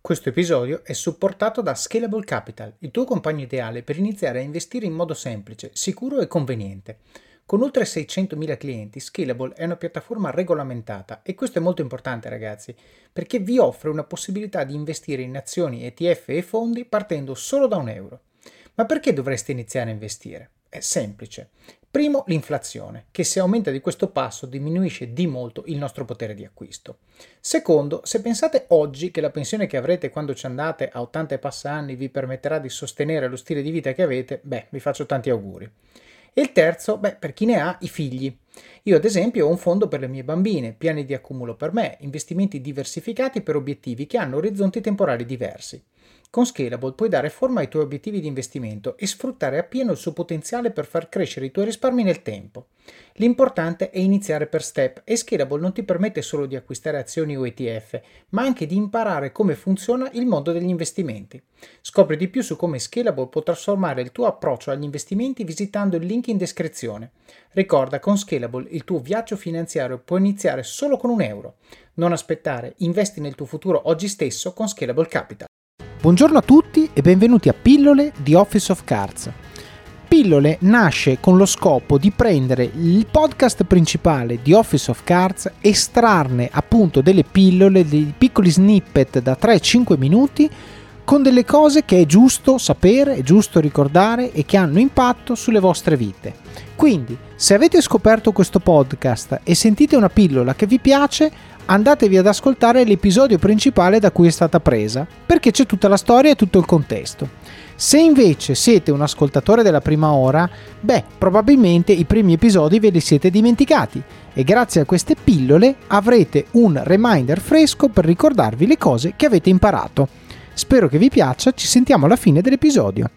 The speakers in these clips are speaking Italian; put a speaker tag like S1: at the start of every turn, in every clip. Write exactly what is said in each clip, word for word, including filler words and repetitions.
S1: Questo episodio è supportato da Scalable Capital, il tuo compagno ideale per iniziare a investire in modo semplice, sicuro e conveniente. Con oltre seicentomila clienti, Scalable è una piattaforma regolamentata e questo è molto importante, ragazzi, perché vi offre una possibilità di investire in azioni, E T F e fondi partendo solo da un euro. Ma perché dovreste iniziare a investire? È semplice. Primo, l'inflazione, che se aumenta di questo passo diminuisce di molto il nostro potere di acquisto. Secondo, se pensate oggi che la pensione che avrete quando ci andate a ottanta e passa anni vi permetterà di sostenere lo stile di vita che avete, beh, vi faccio tanti auguri. E il terzo, beh, per chi ne ha, i figli. Io ad esempio ho un fondo per le mie bambine, piani di accumulo per me, investimenti diversificati per obiettivi che hanno orizzonti temporali diversi. Con Scalable puoi dare forma ai tuoi obiettivi di investimento e sfruttare appieno il suo potenziale per far crescere i tuoi risparmi nel tempo. L'importante è iniziare per step e Scalable non ti permette solo di acquistare azioni o E T F, ma anche di imparare come funziona il mondo degli investimenti. Scopri di più su come Scalable può trasformare il tuo approccio agli investimenti visitando il link in descrizione. Ricorda, con Scalable il tuo viaggio finanziario può iniziare solo con un euro. Non aspettare, investi nel tuo futuro oggi stesso con Scalable Capital. Buongiorno a tutti e benvenuti a Pillole di Office of Cards. Pillole nasce con lo scopo di prendere il podcast principale di Office of Cards, estrarne appunto delle pillole, dei piccoli snippet da tre cinque minuti con delle cose che è giusto sapere, è giusto ricordare e che hanno impatto sulle vostre vite. Quindi, se avete scoperto questo podcast e sentite una pillola che vi piace, andatevi ad ascoltare l'episodio principale da cui è stata presa, perché c'è tutta la storia e tutto il contesto. Se invece siete un ascoltatore della prima ora, beh, probabilmente i primi episodi ve li siete dimenticati e grazie a queste pillole avrete un reminder fresco per ricordarvi le cose che avete imparato. Spero che vi piaccia, ci sentiamo alla fine dell'episodio.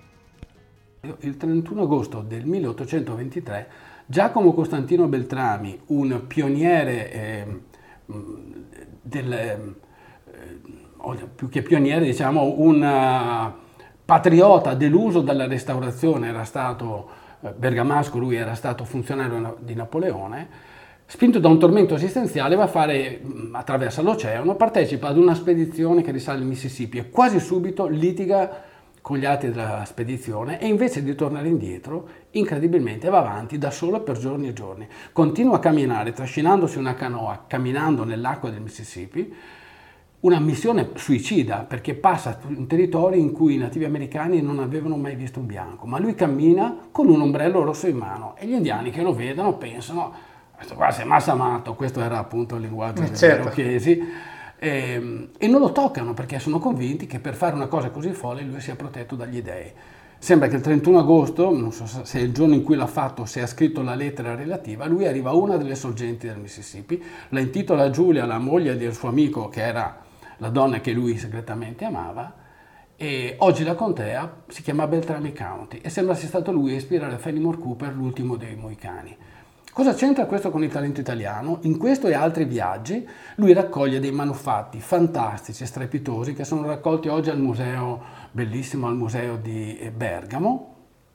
S2: Il trentuno agosto del milleottocentoventitré Giacomo Costantino Beltrami, un pioniere eh, del, eh, più che pioniere diciamo un uh, patriota dell'uso della restaurazione, era stato eh, bergamasco, lui era stato funzionario di Napoleone, spinto da un tormento esistenziale va a fare, attraversa l'oceano, partecipa ad una spedizione che risale il Mississippi e quasi subito litiga con gli altri della spedizione e invece di tornare indietro, incredibilmente va avanti da solo per giorni e giorni. Continua a camminare, trascinandosi una canoa, camminando nell'acqua del Mississippi, una missione suicida perché passa in territori in cui i nativi americani non avevano mai visto un bianco, ma lui cammina con un ombrello rosso in mano e gli indiani che lo vedono pensano, questo qua si è massamato, questo era appunto il linguaggio dei
S1: certo.
S2: Irochesi. E, e non lo toccano perché sono convinti che per fare una cosa così folle lui sia protetto dagli dei. Sembra che il trentuno agosto, non so se è il giorno in cui l'ha fatto, se ha scritto la lettera relativa, lui arriva a una delle sorgenti del Mississippi, la intitola Giulia, la moglie del suo amico che era la donna che lui segretamente amava, e oggi la contea si chiama Beltrami County e sembra sia stato lui a ispirare Fenimore Cooper, l'ultimo dei Mohicani. Cosa c'entra questo con il talento italiano? In questo e altri viaggi lui raccoglie dei manufatti fantastici e strepitosi che sono raccolti oggi al museo, bellissimo, al museo di Bergamo,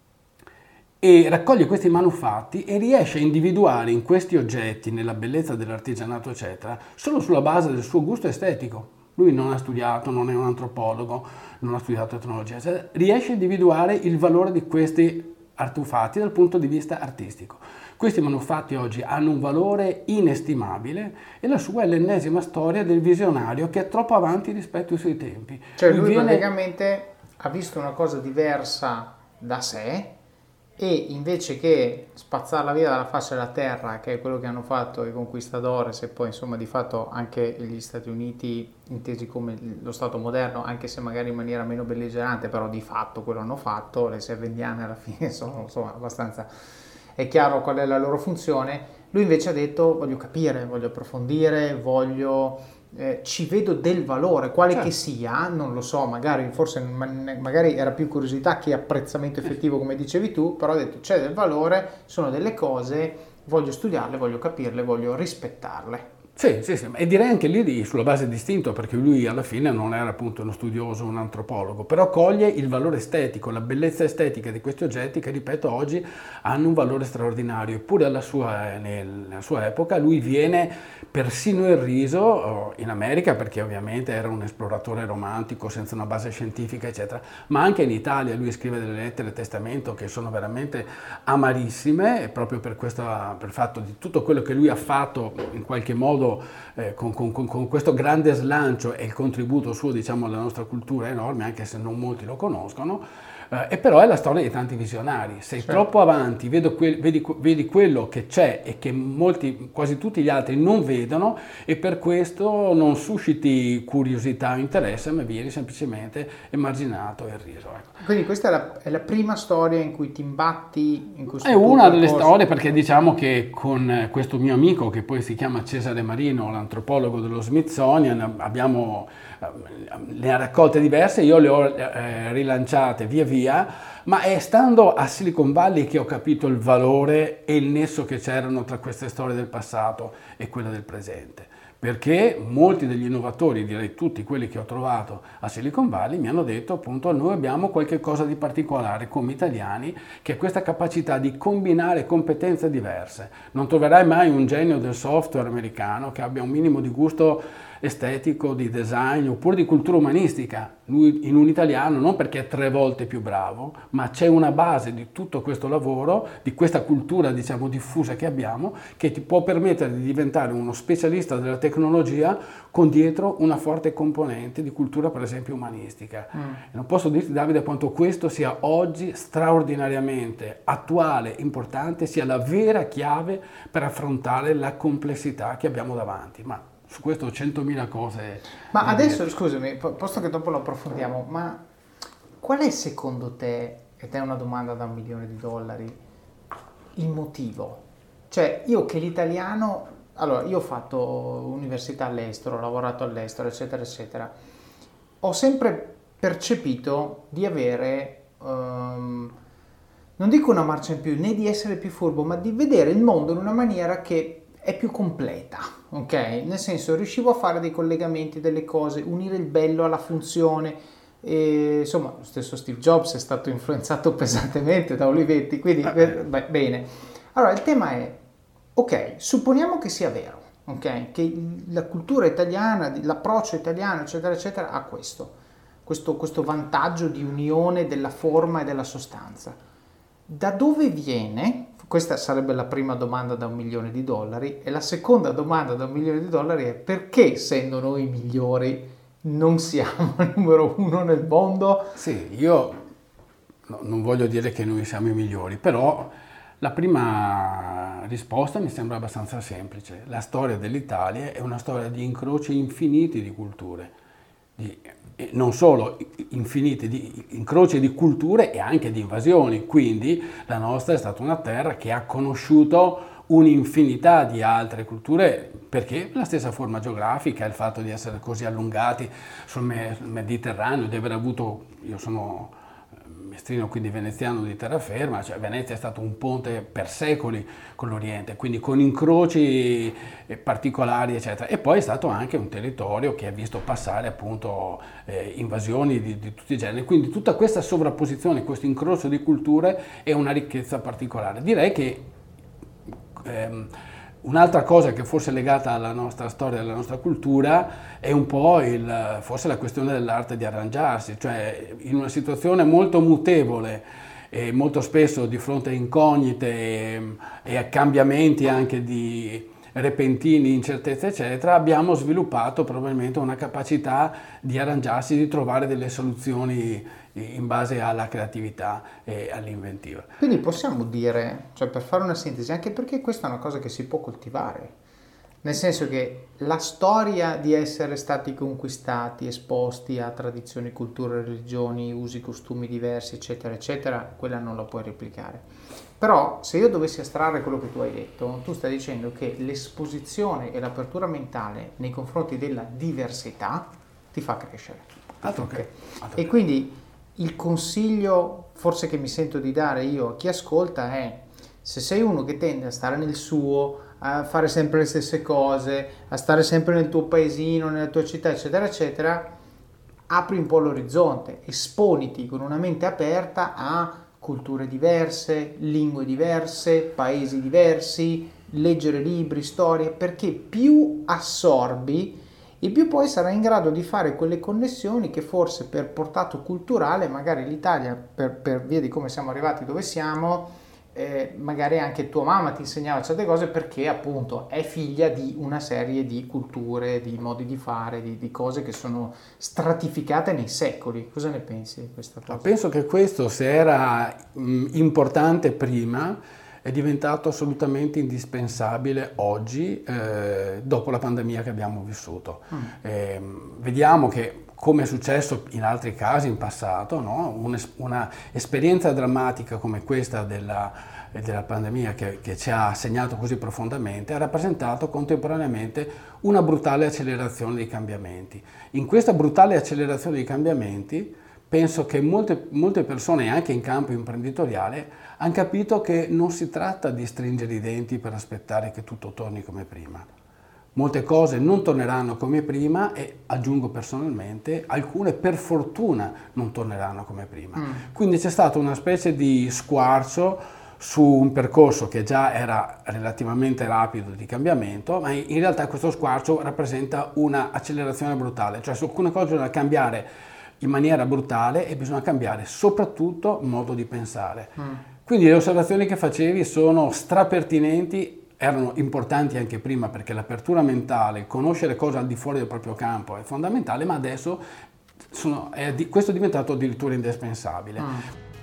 S2: e raccoglie questi manufatti e riesce a individuare in questi oggetti, nella bellezza dell'artigianato eccetera, solo sulla base del suo gusto estetico. Lui non ha studiato, non è un antropologo, non ha studiato etnologia, eccetera. Riesce a individuare il valore di questi artefatti dal punto di vista artistico. Questi manufatti oggi hanno un valore inestimabile e la sua è l'ennesima storia del visionario che è troppo avanti rispetto ai suoi tempi.
S1: Cioè lui, lui viene... praticamente ha visto una cosa diversa da sé e invece che spazzarla via dalla faccia della terra, che è quello che hanno fatto i conquistadores e poi insomma di fatto anche gli Stati Uniti intesi come lo Stato moderno, anche se magari in maniera meno belligerante, però di fatto quello hanno fatto, le serve indiane alla fine sono insomma abbastanza... è chiaro qual è la loro funzione. Lui invece ha detto voglio capire, voglio approfondire, voglio eh, ci vedo del valore, quale certo. che sia, non lo so, magari forse magari era più curiosità che apprezzamento effettivo come dicevi tu, però ha detto c'è del valore, sono delle cose, voglio studiarle, voglio capirle, voglio rispettarle.
S2: Sì, sì, sì, e direi anche lì di- sulla base distinto, perché lui alla fine non era appunto uno studioso, un antropologo, però coglie il valore estetico, la bellezza estetica di questi oggetti che, ripeto, oggi hanno un valore straordinario. Eppure alla sua, nel- nella sua epoca lui viene persino irriso oh, in America, perché ovviamente era un esploratore romantico senza una base scientifica, eccetera, ma anche in Italia lui scrive delle lettere testamento che sono veramente amarissime, e proprio per, questa, per il fatto di tutto quello che lui ha fatto in qualche modo eh, con, con- con questo grande slancio, e il contributo suo, diciamo, alla nostra cultura è enorme, anche se non molti lo conoscono. Eh, e però è la storia di tanti visionari. Sei
S1: Certo.
S2: troppo avanti, vedo que- vedi, vedi quello che c'è e che molti, quasi tutti gli altri non vedono, e per questo non susciti curiosità o interesse, ma vieni semplicemente emarginato e riso. Ecco.
S1: Quindi questa è la, è la prima storia in cui ti imbatti in questo
S2: È
S1: tuo
S2: una delle
S1: percorso.
S2: storie, perché diciamo che con eh, questo mio amico, che poi si chiama Cesare Marino, l'antropologo dello Smithsonian, abbiamo eh, le ha raccolte diverse, io le ho eh, rilanciate via via, ma è stando a Silicon Valley che ho capito il valore e il nesso che c'erano tra queste storie del passato e quelle del presente. Perché molti degli innovatori, direi tutti quelli che ho trovato a Silicon Valley, mi hanno detto appunto: noi abbiamo qualche cosa di particolare come italiani, che è questa capacità di combinare competenze diverse. Non troverai mai un genio del software americano che abbia un minimo di gusto estetico, di design oppure di cultura umanistica. Lui in un italiano, non perché è tre volte più bravo, ma c'è una base di tutto questo lavoro, di questa cultura, diciamo, diffusa che abbiamo, che ti può permettere di diventare uno specialista della tecnologia con dietro una forte componente di cultura, per esempio, umanistica. Mm. E non posso dirti, Davide, quanto questo sia oggi straordinariamente attuale, importante, sia la vera chiave per affrontare la complessità che abbiamo davanti. Ma su questo ho centomila cose.
S1: Ma adesso, dire. Scusami, posto che dopo lo approfondiamo, ma qual è secondo te, ed è una domanda da un milione di dollari, il motivo? Cioè, io che l'italiano, allora, io ho fatto università all'estero, ho lavorato all'estero, eccetera, eccetera, ho sempre percepito di avere, um, non dico una marcia in più, né di essere più furbo, ma di vedere il mondo in una maniera che è più completa, ok? Nel senso, riuscivo a fare dei collegamenti, delle cose, unire il bello alla funzione. E, insomma, lo stesso Steve Jobs è stato influenzato pesantemente da Olivetti, quindi beh, bene. Allora, il tema è, ok, supponiamo che sia vero, ok? Che la cultura italiana, l'approccio italiano, eccetera, eccetera, ha questo, questo, questo vantaggio di unione della forma e della sostanza. Da dove viene? Questa sarebbe la prima domanda da un milione di dollari, e la seconda domanda da un milione di dollari è: perché, essendo noi i migliori, non siamo il numero uno nel mondo?
S2: Sì, io no, non voglio dire che noi siamo i migliori, però la prima risposta mi sembra abbastanza semplice. La storia dell'Italia è una storia di incroci infiniti di culture, di non solo infiniti di incroci di culture e anche di invasioni, quindi la nostra è stata una terra che ha conosciuto un'infinità di altre culture, perché la stessa forma geografica, il fatto di essere così allungati sul Mediterraneo, di aver avuto, io sono mestrino quindi veneziano di terraferma, cioè Venezia è stato un ponte per secoli con l'Oriente, quindi con incroci particolari eccetera, e poi è stato anche un territorio che ha visto passare appunto eh, invasioni di, di tutti i generi, quindi tutta questa sovrapposizione, questo incrocio di culture è una ricchezza particolare. Direi che ehm, un'altra cosa che forse è legata alla nostra storia, alla nostra cultura, è un po' il, forse la questione dell'arte di arrangiarsi, cioè in una situazione molto mutevole e molto spesso di fronte a incognite e, e a cambiamenti anche di repentini, incertezze eccetera, abbiamo sviluppato probabilmente una capacità di arrangiarsi, di trovare delle soluzioni in base alla creatività e all'inventiva.
S1: Quindi possiamo dire, cioè per fare una sintesi, anche perché questa è una cosa che si può coltivare, nel senso che la storia di essere stati conquistati, esposti a tradizioni, culture, religioni, usi, costumi diversi, eccetera, eccetera, quella non la puoi replicare. Però se io dovessi astrarre quello che tu hai detto, tu stai dicendo che l'esposizione e l'apertura mentale nei confronti della diversità ti fa crescere.
S2: Altro okay. che. Altro
S1: e
S2: che.
S1: Quindi il consiglio forse che mi sento di dare io a chi ascolta è: se sei uno che tende a stare nel suo, a fare sempre le stesse cose, a stare sempre nel tuo paesino, nella tua città, eccetera, eccetera, apri un po' l'orizzonte, esponiti con una mente aperta a culture diverse, lingue diverse, paesi diversi, leggere libri, storie, perché più assorbi e più poi sarai in grado di fare quelle connessioni che forse per portato culturale, magari l'Italia, per, per via di come siamo arrivati dove siamo, eh, magari anche tua mamma ti insegnava certe cose perché appunto è figlia di una serie di culture, di modi di fare, di, di cose che sono stratificate nei secoli. Cosa ne pensi di questa cosa?
S2: Penso che questo, se era mh, importante prima, è diventato assolutamente indispensabile oggi, eh, dopo la pandemia che abbiamo vissuto. Mm. Eh, vediamo che, come è successo in altri casi in passato, no? Una esperienza drammatica come questa della, della pandemia che, che ci ha segnato così profondamente ha rappresentato contemporaneamente una brutale accelerazione dei cambiamenti. In questa brutale accelerazione dei cambiamenti penso che molte, molte persone, anche in campo imprenditoriale, hanno capito che non si tratta di stringere i denti per aspettare che tutto torni come prima. Molte cose non torneranno come prima e, aggiungo personalmente, alcune per fortuna non torneranno come prima. Mm. Quindi c'è stato una specie di squarcio su un percorso che già era relativamente rapido di cambiamento, ma in realtà questo squarcio rappresenta una accelerazione brutale, cioè su alcune cose da cambiare in maniera brutale e bisogna cambiare soprattutto modo di pensare. Mm. Quindi le osservazioni che facevi sono strapertinenti, erano importanti anche prima perché l'apertura mentale, conoscere cose al di fuori del proprio campo è fondamentale, ma adesso sono, è, questo è diventato addirittura indispensabile. Mm.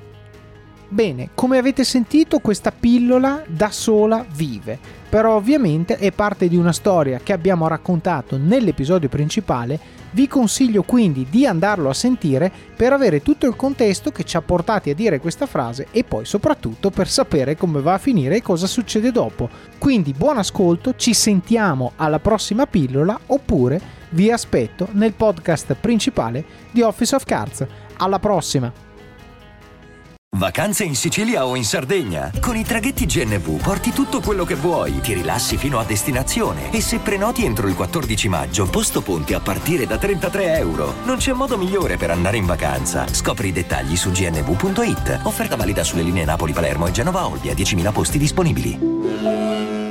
S1: Bene, come avete sentito, questa pillola da sola vive, però ovviamente è parte di una storia che abbiamo raccontato nell'episodio principale. Vi consiglio quindi di andarlo a sentire per avere tutto il contesto che ci ha portati a dire questa frase e poi soprattutto per sapere come va a finire e cosa succede dopo. Quindi buon ascolto, ci sentiamo alla prossima pillola oppure vi aspetto nel podcast principale di Office of Cards. Alla prossima!
S3: Vacanze in Sicilia o in Sardegna? Con i traghetti G N V porti tutto quello che vuoi, ti rilassi fino a destinazione e se prenoti entro il quattordici maggio, posto ponti a partire da trentatré euro. Non c'è modo migliore per andare in vacanza. Scopri i dettagli su g n v punto i t. Offerta valida sulle linee Napoli-Palermo e Genova-Olbia, diecimila posti disponibili.